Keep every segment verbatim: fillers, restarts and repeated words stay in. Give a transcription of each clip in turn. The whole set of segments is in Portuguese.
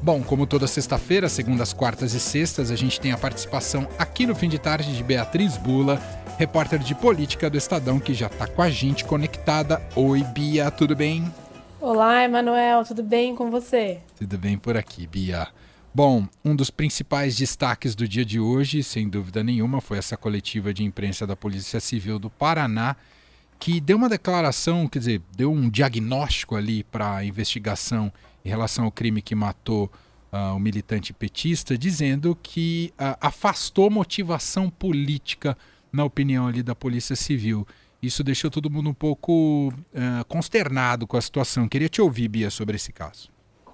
Bom, como toda sexta-feira, segundas, quartas e sextas, a gente tem a participação aqui no Fim de Tarde de Beatriz Bula, repórter de política do Estadão, que já está com a gente conectada. Oi, Bia, tudo bem? Olá, Emanuel, tudo bem com você? Tudo bem por aqui, Bia. Bom, um dos principais destaques do dia de hoje, sem dúvida nenhuma, foi essa coletiva de imprensa da Polícia Civil do Paraná, que deu uma declaração, quer dizer, deu um diagnóstico ali para a investigação em relação ao crime que matou uh, o militante petista, dizendo que uh, afastou motivação política na opinião ali da Polícia Civil. Isso deixou todo mundo um pouco uh, consternado com a situação. Queria te ouvir, Bia, sobre esse caso.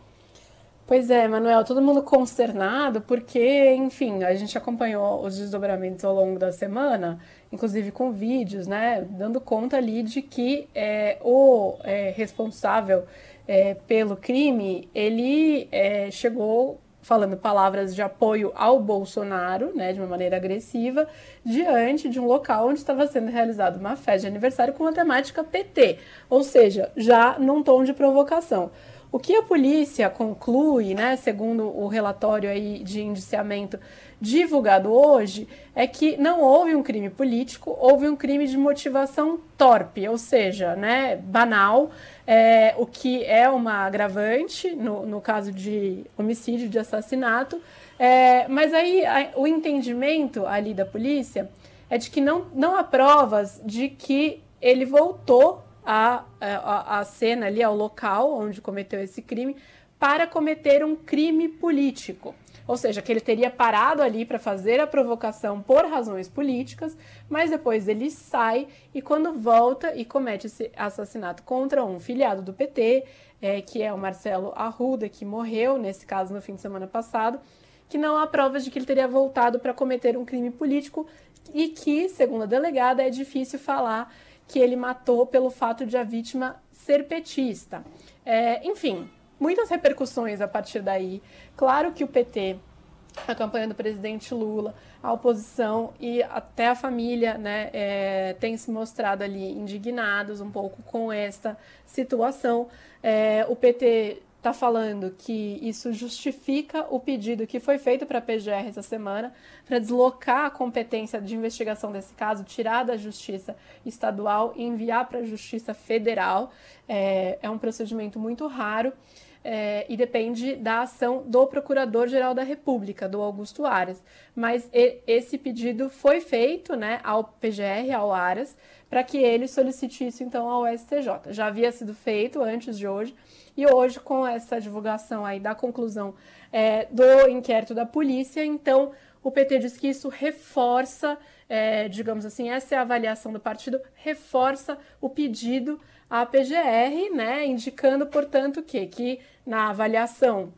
Pois é, Manuel, todo mundo consternado porque, enfim, a gente acompanhou os desdobramentos ao longo da semana, inclusive com vídeos, né, dando conta ali de que é, o é, responsável é, pelo crime, ele é, chegou falando palavras de apoio ao Bolsonaro, né, de uma maneira agressiva, diante de um local onde estava sendo realizada uma festa de aniversário com a temática P T, ou seja, já num tom de provocação. O que a polícia conclui, né, segundo o relatório aí de indiciamento divulgado hoje, é que não houve um crime político, houve um crime de motivação torpe, ou seja, né, banal, é, o que é uma agravante no, no caso de homicídio, de assassinato, é, mas aí a, o entendimento ali da polícia é de que não, não há provas de que ele voltou A, a, a cena ali, ao local onde cometeu esse crime, para cometer um crime político. Ou seja, que ele teria parado ali para fazer a provocação por razões políticas, mas depois ele sai e quando volta e comete esse assassinato contra um filiado do P T, é, que é o Marcelo Arruda, que morreu, nesse caso, no fim de semana passado, que não há provas de que ele teria voltado para cometer um crime político e que, segundo a delegada, é difícil falar que ele matou pelo fato de a vítima ser petista. É, enfim, muitas repercussões a partir daí. Claro que o P T, a campanha do presidente Lula, a oposição e até a família, né, é, tem se mostrado ali indignados um pouco com esta situação. É, o P T está falando que isso justifica o pedido que foi feito para a P G R essa semana para deslocar a competência de investigação desse caso, tirar da Justiça Estadual e enviar para a Justiça Federal. É, é um procedimento muito raro é, e depende da ação do Procurador-Geral da República, do Augusto Aras. Mas e, esse pedido foi feito, né, ao P G R, ao Aras, para que ele solicite isso então ao S T J. Já havia sido feito antes de hoje, e hoje, com essa divulgação aí da conclusão é, do inquérito da polícia, então o P T diz que isso reforça, é, digamos assim, essa é a avaliação do partido, reforça o pedido à P G R, né, indicando, portanto, que, que na avaliação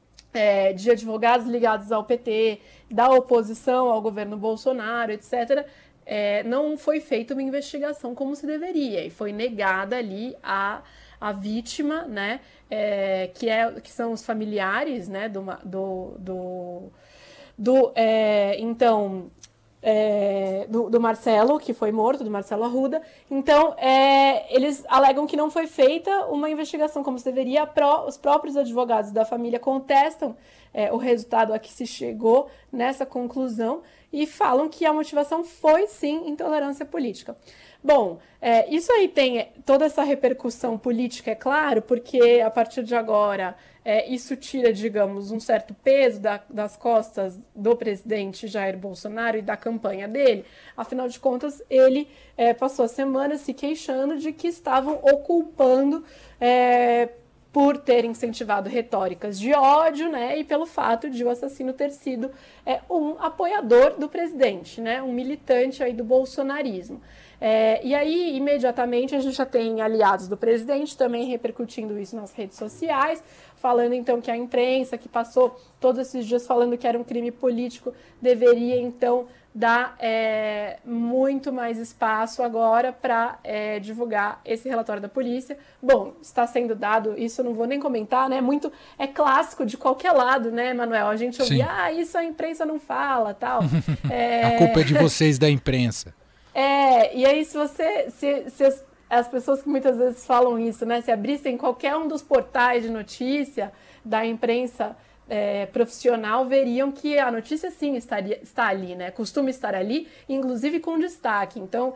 é, de advogados ligados ao P T, da oposição ao governo Bolsonaro, etcétera, é, não foi feita uma investigação como se deveria, e foi negada ali a a vítima, né, é, que, é, que são os familiares, né, do, do, do, do é, então, é, do, do Marcelo, que foi morto, do Marcelo Arruda. Então, é, eles alegam que não foi feita uma investigação como se deveria. Pró, os próprios advogados da família contestam é, o resultado a que se chegou nessa conclusão e falam que a motivação foi, sim, intolerância política. Bom, é, isso aí tem toda essa repercussão política, é claro, porque a partir de agora é, isso tira, digamos, um certo peso da, das costas do presidente Jair Bolsonaro e da campanha dele. Afinal de contas, ele é, passou a semana se queixando de que estavam ocupando é, por ter incentivado retóricas de ódio, né, e pelo fato de o assassino ter sido é, um apoiador do presidente, né, um militante aí do bolsonarismo. É, e aí, imediatamente, a gente já tem aliados do presidente também repercutindo isso nas redes sociais, falando então que a imprensa, que passou todos esses dias falando que era um crime político, deveria então dar é, muito mais espaço agora para é, divulgar esse relatório da polícia. Bom, está sendo dado, isso eu não vou nem comentar, né? Muito, é clássico de qualquer lado, né, Manuel? A gente ouvia, ah, isso a imprensa não fala, tal. É... A culpa é de vocês da imprensa. É, e aí se você, se, se as, as pessoas que muitas vezes falam isso, né, se abrissem qualquer um dos portais de notícia da imprensa é, profissional veriam que a notícia sim estaria, está ali, né? Costuma estar ali, inclusive com destaque. Então,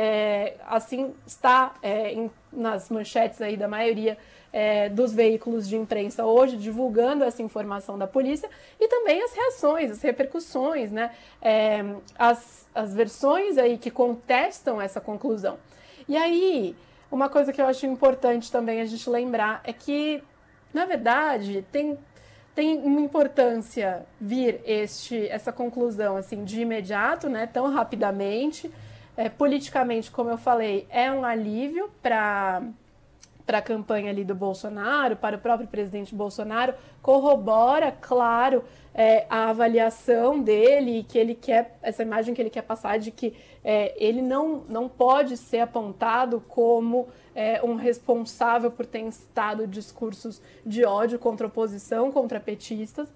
é, assim, está é, em, nas manchetes aí da maioria é, dos veículos de imprensa hoje, divulgando essa informação da polícia e também as reações, as repercussões, né? É, as, as versões aí que contestam essa conclusão. E aí, uma coisa que eu acho importante também a gente lembrar é que, na verdade, tem... tem uma importância vir este, essa conclusão assim, de imediato, né, tão rapidamente. É, politicamente, como eu falei, é um alívio para para a campanha ali do Bolsonaro, para o próprio presidente Bolsonaro, corrobora, claro, é, a avaliação dele, que ele quer, essa imagem que ele quer passar de que é, ele não, não pode ser apontado como é, um responsável por ter instado discursos de ódio contra a oposição, contra petistas,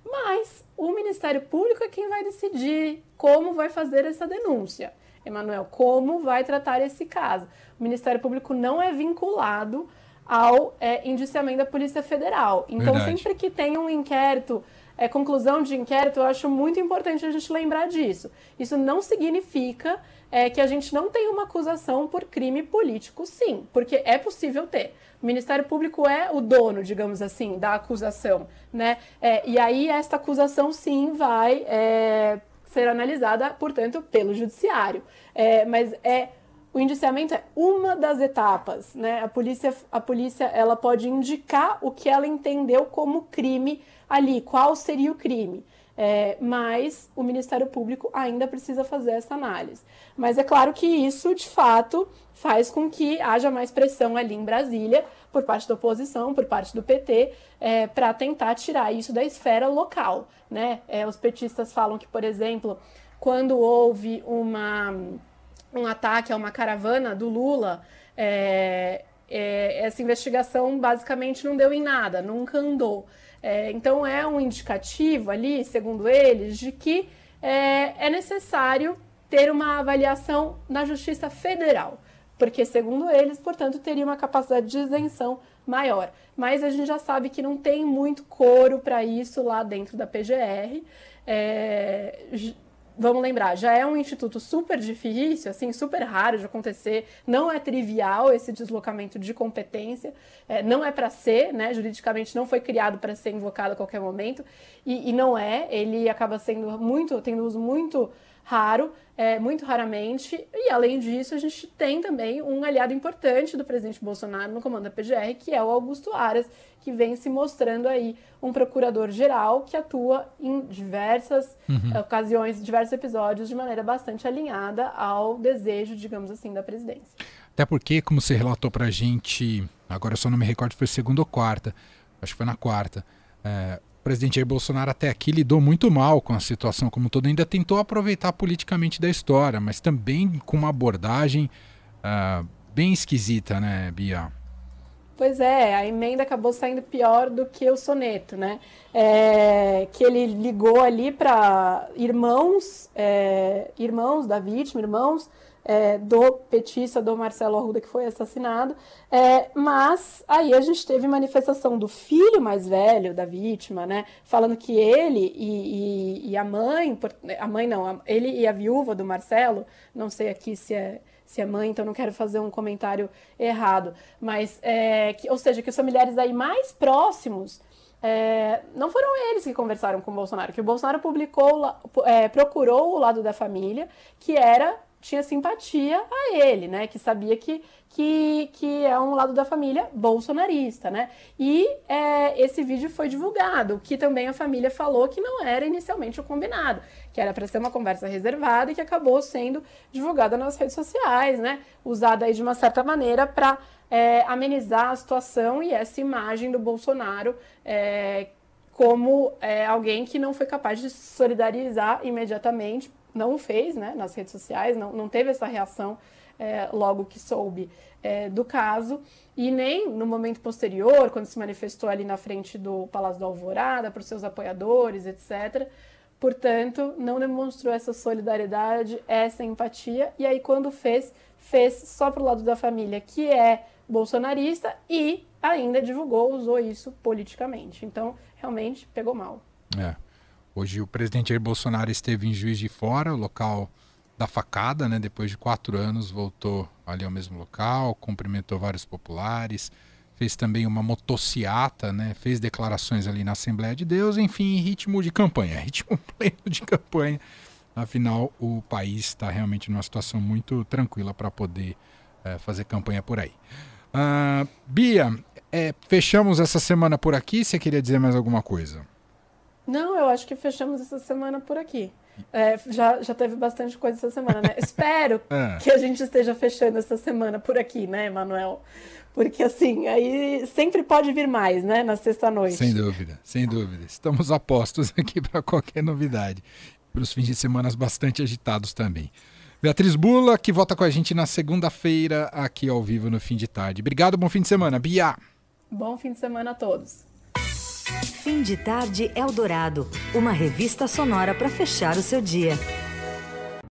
mas o Ministério Público é quem vai decidir como vai fazer essa denúncia. Emanuel, como vai tratar esse caso? O Ministério Público não é vinculado ao é, indiciamento da Polícia Federal. Então, Verdade. sempre que tem um inquérito, é, conclusão de inquérito, eu acho muito importante a gente lembrar disso. Isso não significa é, que a gente não tem uma acusação por crime político, sim, porque é possível ter. O Ministério Público é o dono, digamos assim, da acusação, né? É, e aí, esta acusação, sim, vai... É, ser analisada, portanto, pelo judiciário. É, mas é, o indiciamento é uma das etapas, né? A polícia, a polícia ela pode indicar o que ela entendeu como crime ali, qual seria o crime. É, mas o Ministério Público ainda precisa fazer essa análise. Mas é claro que isso, de fato, faz com que haja mais pressão ali em Brasília, por parte da oposição, por parte do P T, é, para tentar tirar isso da esfera local, né? É, os petistas falam que, por exemplo, quando houve uma, um ataque a uma caravana do Lula, é, é, essa investigação basicamente não deu em nada, nunca andou. É, então é um indicativo ali, segundo eles, de que é, é necessário ter uma avaliação na Justiça Federal, porque, segundo eles, portanto, teria uma capacidade de isenção maior. Mas a gente já sabe que não tem muito coro para isso lá dentro da P G R. É, vamos lembrar, já é um instituto super difícil, assim, super raro de acontecer, não é trivial esse deslocamento de competência, é, não é para ser, né, juridicamente não foi criado para ser invocado a qualquer momento, e, e não é, ele acaba sendo muito, tendo uso muito raro, é, muito raramente, e além disso a gente tem também um aliado importante do presidente Bolsonaro no comando da P G R, que é o Augusto Aras, que vem se mostrando aí um procurador-geral que atua em diversas uhum. ocasiões, diversos episódios, de maneira bastante alinhada ao desejo, digamos assim, da presidência. Até porque, como você relatou pra gente, agora eu só não me recordo se foi segunda ou quarta, acho que foi na quarta, é, o presidente Jair Bolsonaro até aqui lidou muito mal com a situação como um todo, ainda tentou aproveitar politicamente da história, mas também com uma abordagem uh, bem esquisita, né, Bia? Pois é, a emenda acabou saindo pior do que o soneto, né? É, que ele ligou ali para irmãos, é, irmãos da vítima, irmãos é, do petista, do Marcelo Arruda, que foi assassinado. É, mas aí a gente teve manifestação do filho mais velho da vítima, né? Falando que ele e, e, e a mãe, a mãe não, ele e a viúva do Marcelo, não sei aqui se é... se é mãe, então não quero fazer um comentário errado, mas, é, que, ou seja, que os familiares aí mais próximos, é, não foram eles que conversaram com o Bolsonaro, que o Bolsonaro publicou, é, procurou o lado da família, que era, tinha simpatia a ele, né, que sabia que, que, que é um lado da família bolsonarista, né, e é, esse vídeo foi divulgado, que também a família falou que não era inicialmente o combinado, que era para ser uma conversa reservada e que acabou sendo divulgada nas redes sociais, né? Usada aí de uma certa maneira para é, amenizar a situação e essa imagem do Bolsonaro é, como é, alguém que não foi capaz de se solidarizar imediatamente, não o fez, né? Nas redes sociais, não, não teve essa reação é, logo que soube é, do caso, e nem no momento posterior, quando se manifestou ali na frente do Palácio do Alvorada, para os seus apoiadores, etcétera, portanto, não demonstrou essa solidariedade, essa empatia, e aí quando fez, fez só pro lado da família, que é bolsonarista, e ainda divulgou, usou isso politicamente. Então, realmente, pegou mal. É. Hoje o presidente Jair Bolsonaro esteve em Juiz de Fora, o local da facada, né? Depois de quatro anos, voltou ali ao mesmo local, cumprimentou vários populares, fez também uma motociata, né? Fez declarações ali na Assembleia de Deus, enfim, ritmo de campanha, ritmo pleno de campanha. Afinal, o país está realmente numa situação muito tranquila para poder é, fazer campanha por aí. Uh, Bia, é, fechamos essa semana por aqui. Você queria dizer mais alguma coisa? Não, eu acho que fechamos essa semana por aqui. É, já, já teve bastante coisa essa semana, né? Espero é. que a gente esteja fechando essa semana por aqui, né, Emanuel? Porque, assim, aí sempre pode vir mais, né, na sexta-noite. Sem dúvida, sem dúvida. Estamos a postos aqui para qualquer novidade. Para os fins de semana bastante agitados também. Beatriz Bula, que volta com a gente na segunda-feira, aqui ao vivo no Fim de Tarde. Obrigado, bom fim de semana. Bia! Bom fim de semana a todos. Fim de Tarde Eldorado, uma revista sonora para fechar o seu dia.